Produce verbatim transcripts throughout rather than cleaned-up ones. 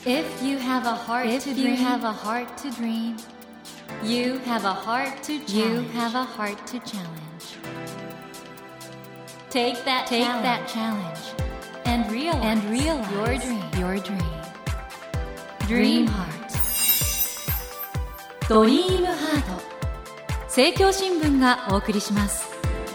If you have a heart to dream, you have a heart to dream. You have a heart to challenge. You have a heart to challenge. Take that take challenge. that challenge and realize, and realize your dream. Your dream. Dream Heart. Dream Heart. 政教新聞がお送りします。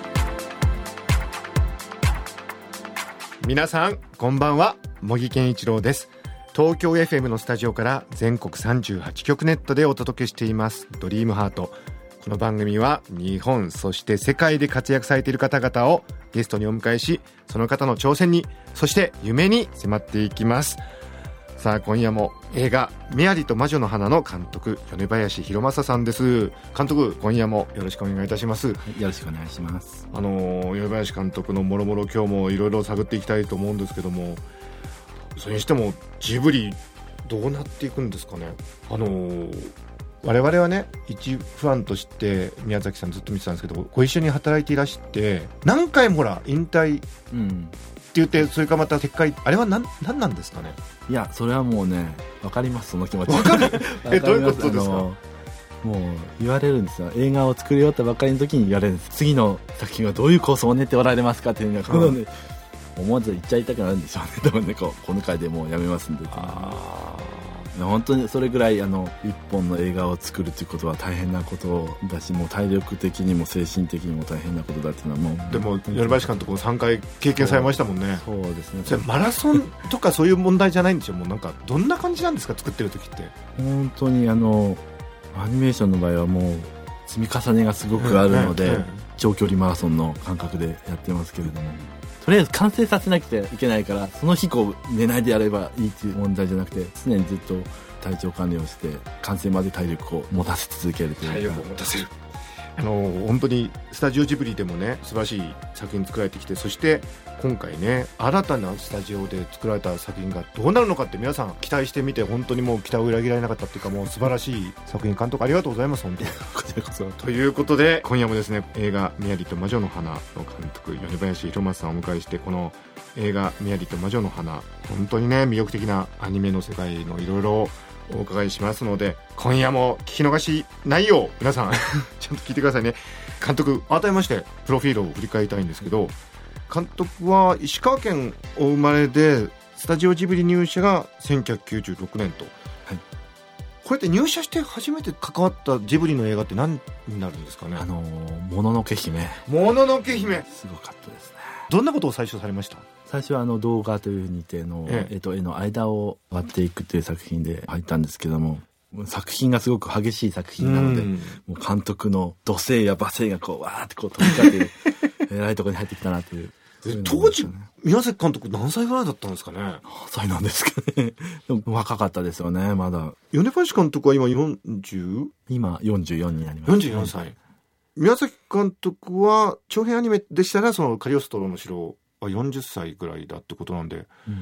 皆さんこんばんは、茂木健一郎です。東京 エフエム のスタジオから全国さんじゅうはちきょくネットでお届けしていますドリームハート。この番組は日本そして世界で活躍されている方々をゲストにお迎えし、その方の挑戦にそして夢に迫っていきます。さあ今夜も映画メアリと魔女の花の監督米林弘正さんです。監督、今夜もよろしくお願いいたします。 はい、よろしくお願いします。 あの米林監督のもろもろ今日もいろいろ探っていきたいと思うんですけども、それにしてもジブリどうなっていくんですかね。あの我々はね一ファンとして宮崎さんずっと見てたんですけど、ご一緒に働いていらして何回もほら引退、うんって言って、それからまた撤回、あれは何なんなんですかね。 いやそれはもうね分かります、その気持ち。 分かるえどういうことですか。 もう言われるんですよ。映画を作り終わったばっかりの時に言われるんです。次の作品はどういう構想を練っておられますかっていうのが、うん、思わず言っちゃいたくなるんでしょうね。多分ね、こうこの回でもうやめますんで。あ本当にそれぐらいあの一本の映画を作るということは大変なことだし、もう体力的にも精神的にも大変なことだっていうのはもう。 でも米林監督もさんかい経験されましたもんね。 そうですね。 それマラソンとかそういう問題じゃないんでしょ。もうなんかどんな感じなんですか、作ってる時って。 本当にあのアニメーションの場合はもう積み重ねがすごくあるので、うんうんうん、長距離マラソンの感覚でやってますけれども、とりあえず完成させなきゃいけないから、その日こう寝ないでやればいいっていう問題じゃなくて、常にずっと体調管理をして完成まで体力を持たせ続けるというか。 体力を持たせる。あの本当にスタジオジブリでもね素晴らしい作品作られてきて、そして今回ね新たなスタジオで作られた作品がどうなるのかって皆さん期待してみて、本当にもう期待を裏切られなかったっていうか、もう素晴らしい作品、監督ありがとうございます本当に。 こちらこそ。 ということで今夜もですね、映画メアリと魔女の花の監督米林弘正さんをお迎えして、この映画メアリと魔女の花、本当にね魅力的なアニメの世界のいろいろお伺いしますので、今夜も聞き逃しないよう皆さんちゃんと聞いてくださいね。監督改めましてプロフィールを振り返りたいんですけど、監督は石川県お生まれでスタジオジブリ入社がせんきゅうひゃくきゅうじゅうろくねんと、はい、これって入社して初めて関わったジブリの映画って何になるんですかね。 あのー、もののけ姫。 もののけ姫すごかったですね。 どんなことを最初されました。 最初はあの動画という似ての、えええっと、絵の間を割っていくという作品で入ったんですけども、作品がすごく激しい作品なので、もう監督の土星や罵声がこうわーってこう飛び交って偉いところに入ってきたなという。 当時宮崎監督何歳ぐらいだったんですかね。 何歳なんですかね。でも若かったですよね。まだ米林監督は今よんじゅう今よんじゅうよんになります。 よんじゅうよんさい。宮崎監督は長編アニメでしたらそのカリオストロの城はよんじゅっさいぐらいだってことなんで、うん、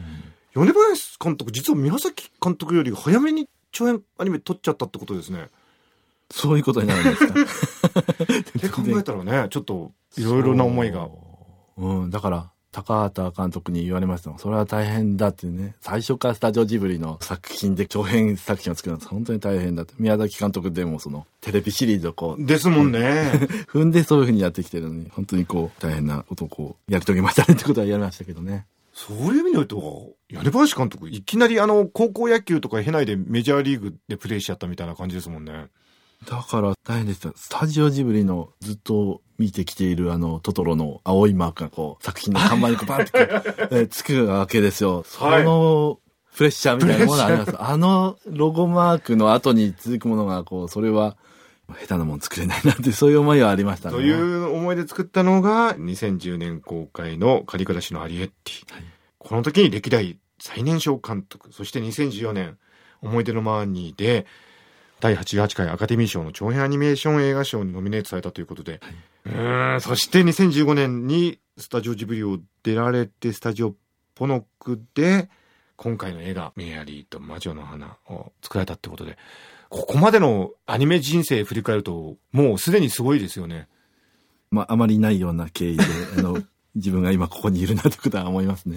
米林監督実は宮崎監督より早めに長編アニメ撮っちゃったってことですね。 そういうことになるんですかって考えたらね、ちょっといろいろな思いが。 う、うん、だから高畑監督に言われました。それは大変だってね。最初からスタジオジブリの作品で長編作品を作るのは本当に大変だって。宮崎監督でもそのテレビシリーズをこうですもんね踏んでそういう風にやってきてるのに、本当にこう大変なことをこうやり遂げましたねってことは言われましたけどね。 そういう意味においては米林監督いきなりあの高校野球とか経ないでメジャーリーグでプレーしちゃったみたいな感じですもんね。 だから大変でした。スタジオジブリのずっと見てきているあのトトロの青いマークがこう作品の看板にこうバンってこう、えー、つくわけですよ。そのプレッシャーみたいなものあります。あのロゴマークの後に続くものがこう、それは下手なもの作れないなってそういう思いはありましたね。 という思いで作ったのがにせんじゅうねん公開のカリクラシのアリエッティ、はい、この時に歴代最年少監督、そしてにせんじゅうよねん思い出のマーニーでだいはちじゅうはちかいアカデミー賞の長編アニメーション映画賞にノミネートされたということで、はい、うーんそしてにせんじゅうごねんにスタジオジブリを出られて、スタジオポノックで今回の映画メアリーと魔女の花を作られたってことで、ここまでのアニメ人生振り返るともうすでにすごいですよね。 まああまりないような経緯であの自分が今ここにいるなということは思いますね。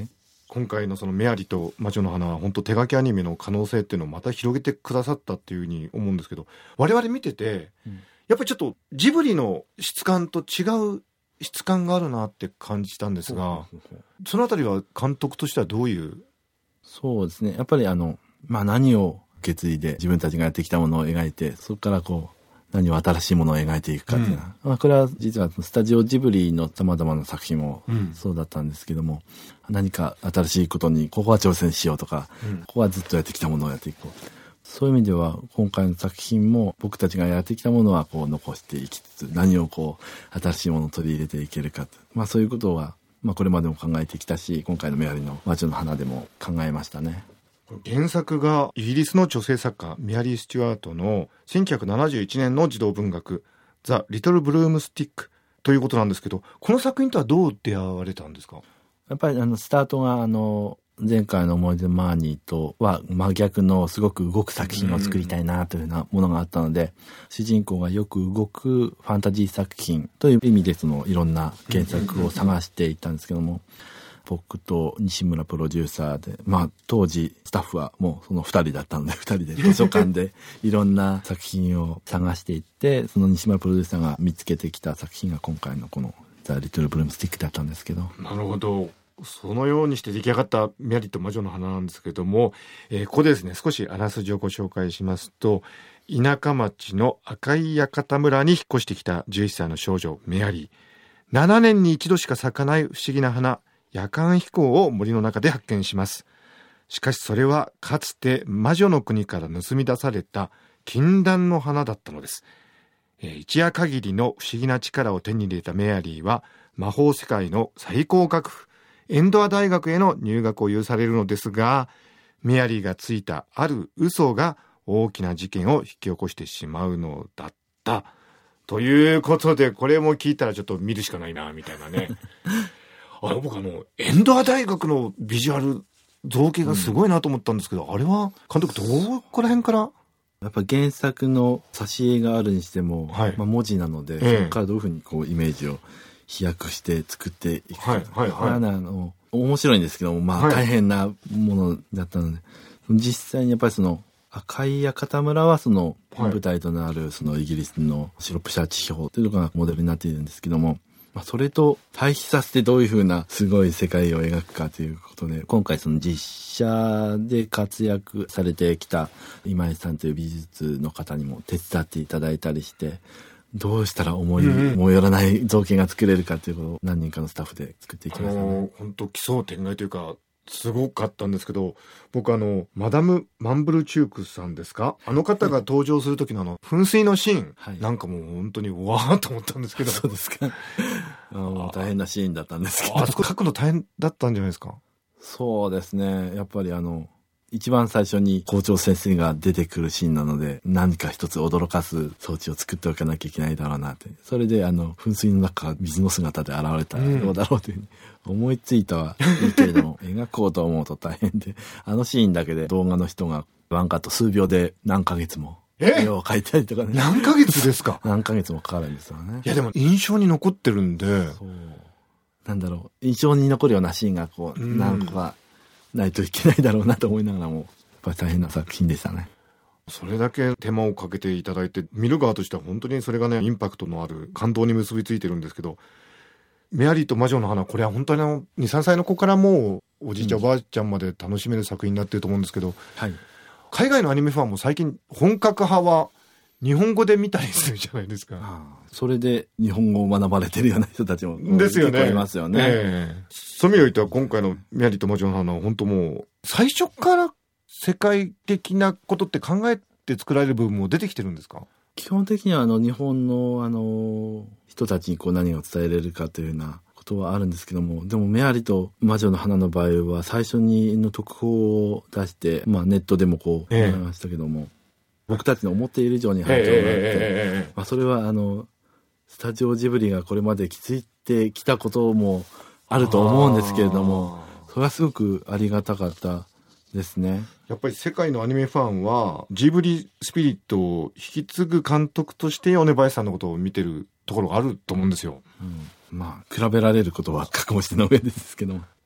今回のそのメアリと魔女の花は本当手書きアニメの可能性っていうのをまた広げてくださったっていうふうに思うんですけど、我々見てて、うん、やっぱりちょっとジブリの質感と違う質感があるなって感じたんですが、そのあたりは監督としてはどういう？ そうですね、やっぱりあの、まあ、何を受け継いで自分たちがやってきたものを描いて、そこからこう何を新しいものを描いていくかっていうのは、うん、まあ、これは実はスタジオジブリの様々な作品もそうだったんですけども、うん、何か新しいことにここは挑戦しようとか、うん、ここはずっとやってきたものをやっていこう、そういう意味では今回の作品も僕たちがやってきたものはこう残していきつつ、何をこう新しいものを取り入れていけるか、まあ、そういうことは、まあ、これまでも考えてきたし、今回のメアリの魔女の花でも考えましたね。 原作がイギリスの女性作家メアリー・スチュワートのせんきゅうひゃくななじゅういちねんの児童文学ザ・リトル・ブルームスティックということなんですけど、この作品とはどう出会われたんですか？ やっぱりあのスタートがあの前回の思い出マーニーとは真逆のすごく動く作品を作りたいなというようなものがあったので、うん、主人公がよく動くファンタジー作品という意味でそのいろんな原作を探していったんですけども、僕と西村プロデューサーで、まあ当時スタッフはもうそのふたりだったので、ふたりで図書館でいろんな作品を探していって、その西村プロデューサーが見つけてきた作品が今回のこのザ・リトル・ブルームスティックだったんですけど。 なるほど。そのようにして出来上がったメアリと魔女の花なんですけども、えー、ここでですね、少しあらすじをご紹介しますと、田舎町の赤い屋形村に引っ越してきたじゅういっさいの少女メアリー。ななねんに一度しか咲かない不思議な花、夜間飛行を森の中で発見します。しかしそれはかつて魔女の国から盗み出された禁断の花だったのです。えー、一夜限りの不思議な力を手に入れたメアリーは魔法世界の最高学府エンドア大学への入学を許されるのですが、メアリーがついたある嘘が大きな事件を引き起こしてしまうのだったということで、これも聞いたらちょっと見るしかないなみたいなねあの僕あのエンドア大学のビジュアル造形がすごいなと思ったんですけど、うん、あれは監督どこら辺から？ やっぱ原作の挿絵があるにしても、はい、まあ、文字なので、ええ、そこからどういうふうにこうイメージを飛躍して作っていくか、はいはいはい、あの面白いんですけども、まあ、大変なものだったので、はい、実際にやっぱりその赤い屋形村はその舞台となるそのイギリスのシロップシャー地方というのがモデルになっているんですけども、まあ、それと対比させてどういうふうなすごい世界を描くかということで、今回その実写で活躍されてきた今井さんという美術の方にも手伝っていただいたりして、どうしたら思い、うん、思い寄らない造形が作れるかということを何人かのスタッフで作っていきましたね。 本当奇想天外というかすごかったんですけど、僕あのマダム・マンブルチュークさんですか、あの方が登場する時のあの噴水のシーン、はい、なんかもう本当にうわーと思ったんですけどそうですかあの大変なシーンだったんですけど、 あそこ描くの大変だったんじゃないですか？ そうですね、やっぱりあの一番最初に校長先生が出てくるシーンなので、何か一つ驚かす装置を作っておかなきゃいけないだろうなって。それであの噴水の中から水の姿で現れたらどうだろうというふうに思いついたはいいけれども、描こうと思うと大変で、あのシーンだけで動画の人がワンカット数秒で何ヶ月も絵を描いたりとかね。 何ヶ月ですか？ 何ヶ月もかかるんですよね。 いやでも印象に残ってるんで、そうなんだろう、印象に残るようなシーンがこう何個かないといけないだろうなと思いながらも、やっぱり大変な作品でしたね。 それだけ手間をかけていただいて、見る側としては本当にそれがねインパクトのある感動に結びついてるんですけど、メアリーと魔女の花、これは本当にあのにさんさいの子からもうおじいちゃん、うん、おばあちゃんまで楽しめる作品になってると思うんですけど、はい、海外のアニメファンも最近本格派は日本語で見たりするじゃないですか。 ああ、それで日本語を学ばれてるような人たちもですよね。 いますよね。 えー、そういう意味においては今回のメアリーと魔女の花は本当もう最初から世界的なことって考えて作られる部分も出てきてるんですか？ 基本的にはあの日本のあの人たちにこう何を伝えれるかというようなことはあるんですけども、でもメアリーと魔女の花の場合は最初にの特報を出して、まあ、ネットでもこう思いましたけども、ええ、僕たちの思っている以上に反響があって、ええまあ、それはあのスタジオジブリがこれまで気づいてきたこともあると思うんですけれども、それはすごくありがたかったですね。 やっぱり世界のアニメファンはジブリスピリットを引き継ぐ監督として米林さんのことを見てるところがあると思うんですよ。 うん、まあ比べられることは覚悟しての上ですけども、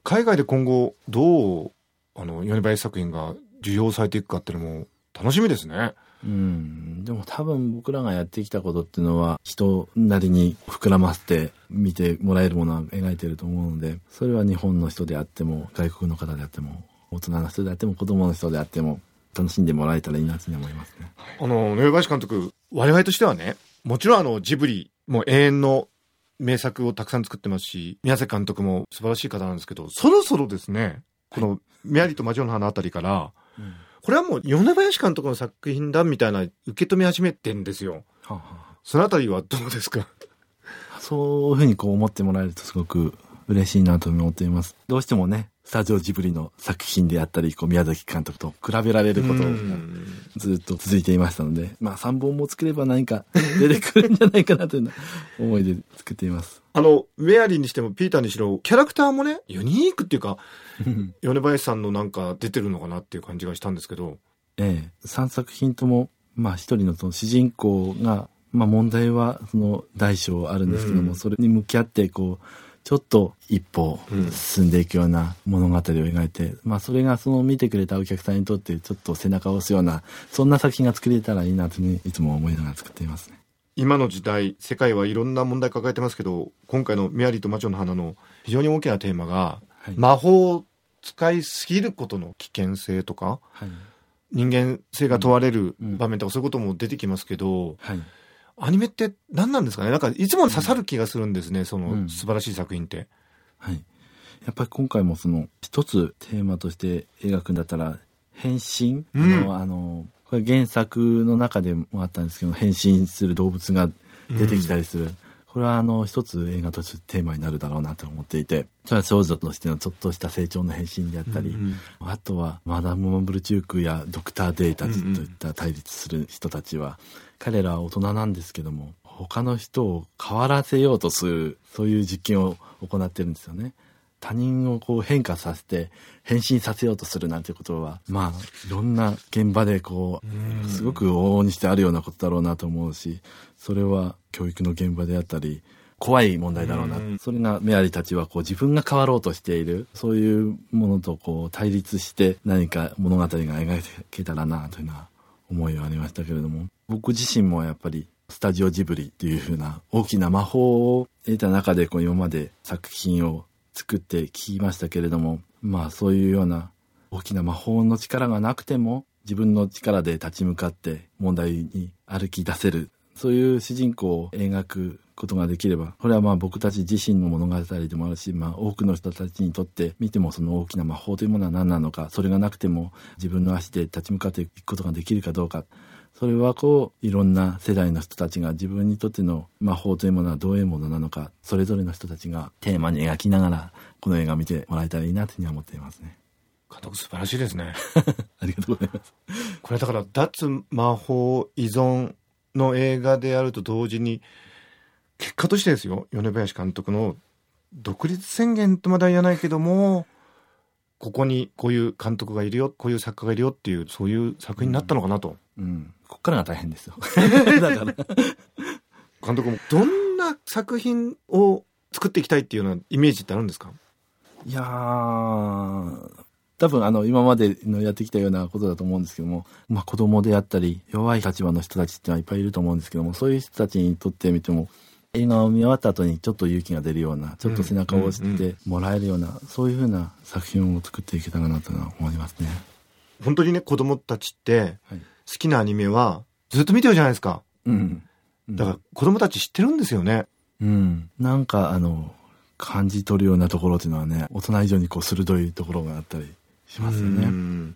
海外で今後どうあの米林作品が受容されていくかっていうのも楽しみですね。 うん、でも多分僕らがやってきたことっていうのは人なりに膨らませて見てもらえるものは描いてると思うので、それは日本の人であっても外国の方であっても大人の人であっても子供の人であっても楽しんでもらえたらいいなと思いますね。 あの米林監督、我々としてはね、もちろんあのジブリもう永遠の名作をたくさん作ってますし、宮崎監督も素晴らしい方なんですけど、そろそろですね、このメアリと魔女の花あたりから、うん、これはもう米林監督の作品だみたいな受け止め始めてんですよ。はあはあ、そのあたりはどうですか？ そういうふうにこう思ってもらえるとすごく嬉しいなと思っています。どうしてもね、スタジオジブリの作品であったり、こう宮崎監督と比べられることをずっと続いていましたので、まあさんぼんも作れば何か出てくるんじゃないかなという思いで作っています。 あのメアリーにしてもピーターにしろキャラクターもねユニークっていうか米林さんのなんか出てるのかなっていう感じがしたんですけど、 ええ、さんさく品ともまあ一人のその主人公が、まあ問題はその大小あるんですけども、うん、それに向き合ってこうちょっと一歩進んでいくような物語を描いて、うん、まあそれがその見てくれたお客さんにとってちょっと背中を押すようなそんな作品が作れたらいいなといつも思いながら作っていますね。 今の時代世界はいろんな問題抱えてますけど、今回のメアリーと魔女の花の非常に大きなテーマが、はい、魔法を使いすぎることの危険性とか、はい、人間性が問われる場面とかそういうことも出てきますけど、うんはい、アニメって何なんですかね。なんかいつも刺さる気がするんですね、うん、その素晴らしい作品って、 はい、やっぱり今回もその一つテーマとして描くんだったら変身、うん、あのあのこれ原作の中でもあったんですけど、変身する動物が出てきたりする、うん、これはあの一つ映画としてテーマになるだろうなと思っていて、それは少女としてのちょっとした成長の変身であったり、うんうん、あとはマダム・マンブルチュークやドクター・デイたちといった対立する人たちは、うんうん、彼らは大人なんですけども他の人を変わらせようとする、そういう実験を行ってるんですよね。他人をこう変化させて変身させようとするなんてことは、まあいろんな現場でこうすごく往々にしてあるようなことだろうなと思うし、それは教育の現場であったり怖い問題だろうな。それがメアリーたちはこう自分が変わろうとしている、そういうものとこう対立して何か物語が描けたらなというような思いはありましたけれども、僕自身もやっぱりスタジオジブリっていう風な大きな魔法を得た中でこう今まで作品を作ってきましたけれども、まあそういうような大きな魔法の力がなくても自分の力で立ち向かって問題に歩き出せる、そういう主人公を描くことができれば、これはまあ僕たち自身の物語でもあるし、まあ多くの人たちにとって見てもその大きな魔法というものは何なのか、それがなくても自分の足で立ち向かっていくことができるかどうか、それはこういろんな世代の人たちが自分にとっての魔法というものはどういうものなのか、それぞれの人たちがテーマに描きながらこの映画を見てもらえたらいいなというふうに思っていますね。 監督素晴らしいですねありがとうございます。 これだから脱魔法依存の映画であると同時に、結果としてですよ、米林監督の独立宣言とまでは言わないけども、ここにこういう監督がいるよ、こういう作家がいるよっていう、そういう作品になったのかなと、 うんうん、ここからが大変ですよだから監督もどんな作品を作っていきたいっていうようなイメージってあるんですか？ いやー多分あの今までのやってきたようなことだと思うんですけども、まあ、子供であったり弱い立場の人たちってのはいっぱいいると思うんですけども、そういう人たちにとってみても映画を見終わった後にちょっと勇気が出るような、ちょっと背中を押してもらえるような、うんうんうん、そういう風な作品を作っていけたらなと思いますね。 本当にね、子供たちって好きなアニメはずっと見てるじゃないですか、うんうん、だから子供たち知ってるんですよね。 うん、なんかあの感じ取るようなところっていうのはね、大人以上にこう鋭いところがあったりしますよね。うん、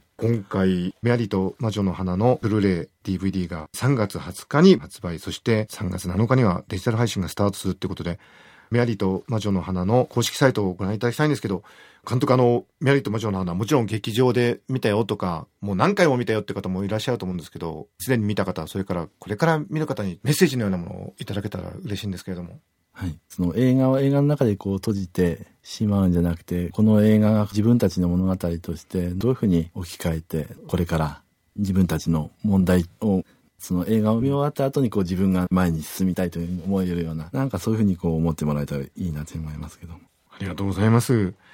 今回メアリーと魔女の花のブルーレイ ディーブイディー がさんがつはつかに発売、そしてさんがつなのかにはデジタル配信がスタートするってことで、メアリーと魔女の花の公式サイトをご覧いただきたいんですけど、監督あのメアリーと魔女の花もちろん劇場で見たよとかもう何回も見たよって方もいらっしゃると思うんですけど、すでに見た方、それからこれから見る方にメッセージのようなものをいただけたら嬉しいんですけれども。 はい、その映画を映画の中でこう閉じてしまうんじゃなくて、この映画が自分たちの物語としてどういうふうに置き換えて、これから自分たちの問題をその映画を見終わった後にこう自分が前に進みたいという思えるような、なんかそういうふうにこう思ってもらえたらいいなと思いますけど。 ありがとうございます。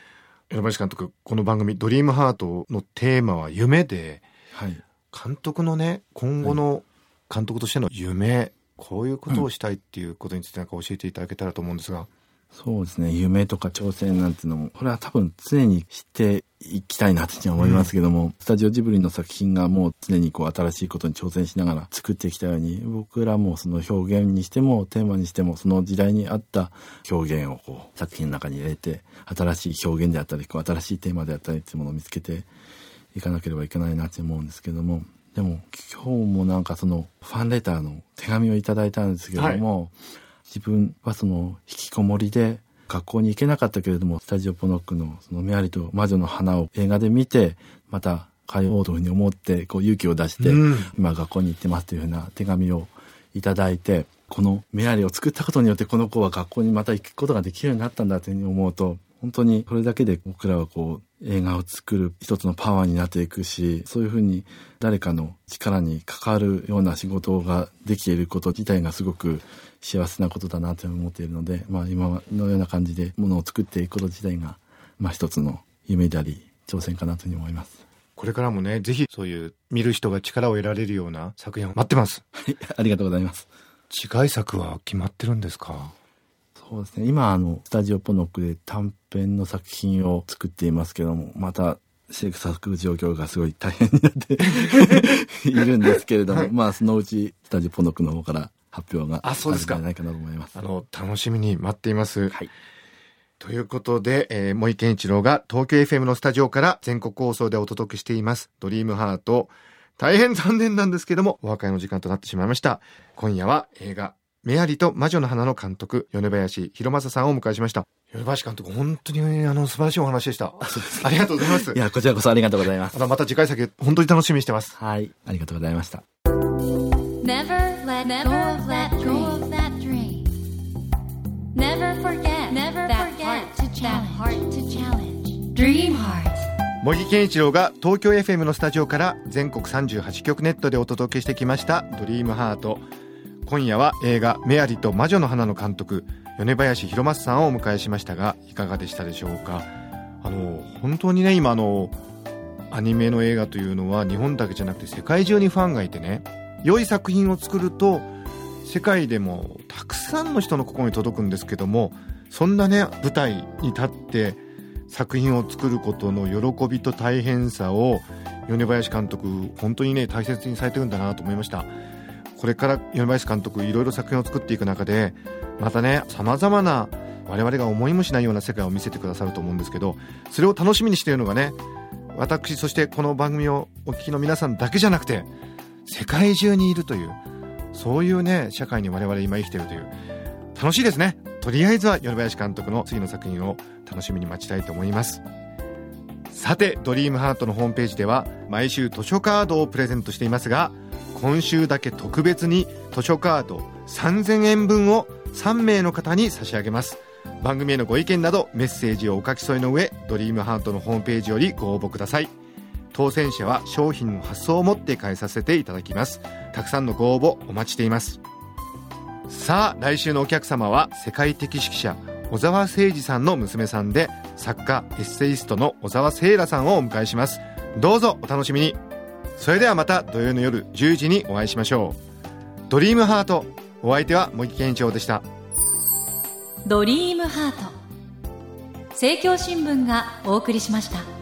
米林監督、この番組ドリームハートのテーマは夢で、 はい、 監督のね今後の監督としての夢、はい、こういうことをしたいっていうことについてなんか教えていただけたらと思うんですが。 そうですね、夢とか挑戦なんていうのもこれは多分常にしていきたいなって思いますけども、うん、スタジオジブリの作品がもう常にこう新しいことに挑戦しながら作ってきたように、僕らもその表現にしてもテーマにしてもその時代に合った表現をこう作品の中に入れて、新しい表現であったりこう新しいテーマであったりっていうものを見つけていかなければいけないなって思うんですけども、でも今日もなんかそのファンレターの手紙をいただいたんですけども、はい、自分はその引きこもりで学校に行けなかったけれども、スタジオポノックのそのメアリと魔女の花を映画で見てまた通おうというふうに思ってこう勇気を出して、うん、今学校に行ってますというふうな手紙をいただいて、このメアリを作ったことによってこの子は学校にまた行くことができるようになったんだというふうに思うと、本当にこれだけで僕らはこう映画を作る一つのパワーになっていくし、そういうふうに誰かの力に関わるような仕事ができていること自体がすごく幸せなことだなと思っているので、まあ、今のような感じでものを作っていくこと自体が、まあ、一つの夢であり挑戦かなというふうに思います。 これからもね、ぜひそういう見る人が力を得られるような作品を待ってます。 ありがとうございます。 次回作は決まってるんですか？ そうですね、今あのスタジオポノックで短編の作品を作っていますけども、また制作状況がすごい大変になっているんですけれども、はい、まあそのうちスタジオポノックの方から発表があるんじゃないかなと思います。 あの楽しみに待っています。 はい、 ということで、えー、森健一郎が東京 エフエム のスタジオから全国放送でお届けしていますドリームハート。大変残念なんですけどもお別れの時間となってしまいました。今夜は映画メアリと魔女の花の監督米林弘正さんをお迎えしました。米林監督、本当にあの素晴らしいお話でした。ありがとうございます。 いや、こちらこそありがとうございます。 また次回作本当に楽しみにしてます。 はい、ありがとうございました。 Never let go of that dream. Never forget that heart to challenge. Dream Heart。 茂木健一郎が東京 エフエム のスタジオから全国さんじゅうはちきょくネットでお届けしてきましたドリームハート。今夜は映画メアリと魔女の花の監督米林弘正さんをお迎えしましたが、いかがでしたでしょうか。あの本当にね、今のアニメの映画というのは日本だけじゃなくて世界中にファンがいてね、良い作品を作ると世界でもたくさんの人の心に届くんですけども、そんなね舞台に立って作品を作ることの喜びと大変さを米林監督本当にね大切にされてるんだなと思いました。これから米林監督いろいろ作品を作っていく中でまたね様々な我々が思いもしないような世界を見せてくださると思うんですけど、それを楽しみにしているのがね私、そしてこの番組をお聞きの皆さんだけじゃなくて世界中にいるという、そういうね社会に我々今生きているという、楽しいですね。とりあえずは米林監督の次の作品を楽しみに待ちたいと思います。さてドリームハートのホームページでは毎週図書カードをプレゼントしていますが、今週だけ特別に図書カードさんぜんえんぶんをさんめいの方に差し上げます。番組へのご意見などメッセージをお書き添えの上ドリームハートのホームページよりご応募ください。当選者は商品の発送をもって返させていただきます。たくさんのご応募お待ちしています。さあ来週のお客様は世界的指揮者小沢誠二さんの娘さんで作家エッセイストの小沢聖羅さんをお迎えします。どうぞお楽しみに。それではまた土曜の夜じゅうじにお会いしましょう。ドリームハート、お相手は茂木健一郎でした。 ドリームハート、政教新聞がお送りしました。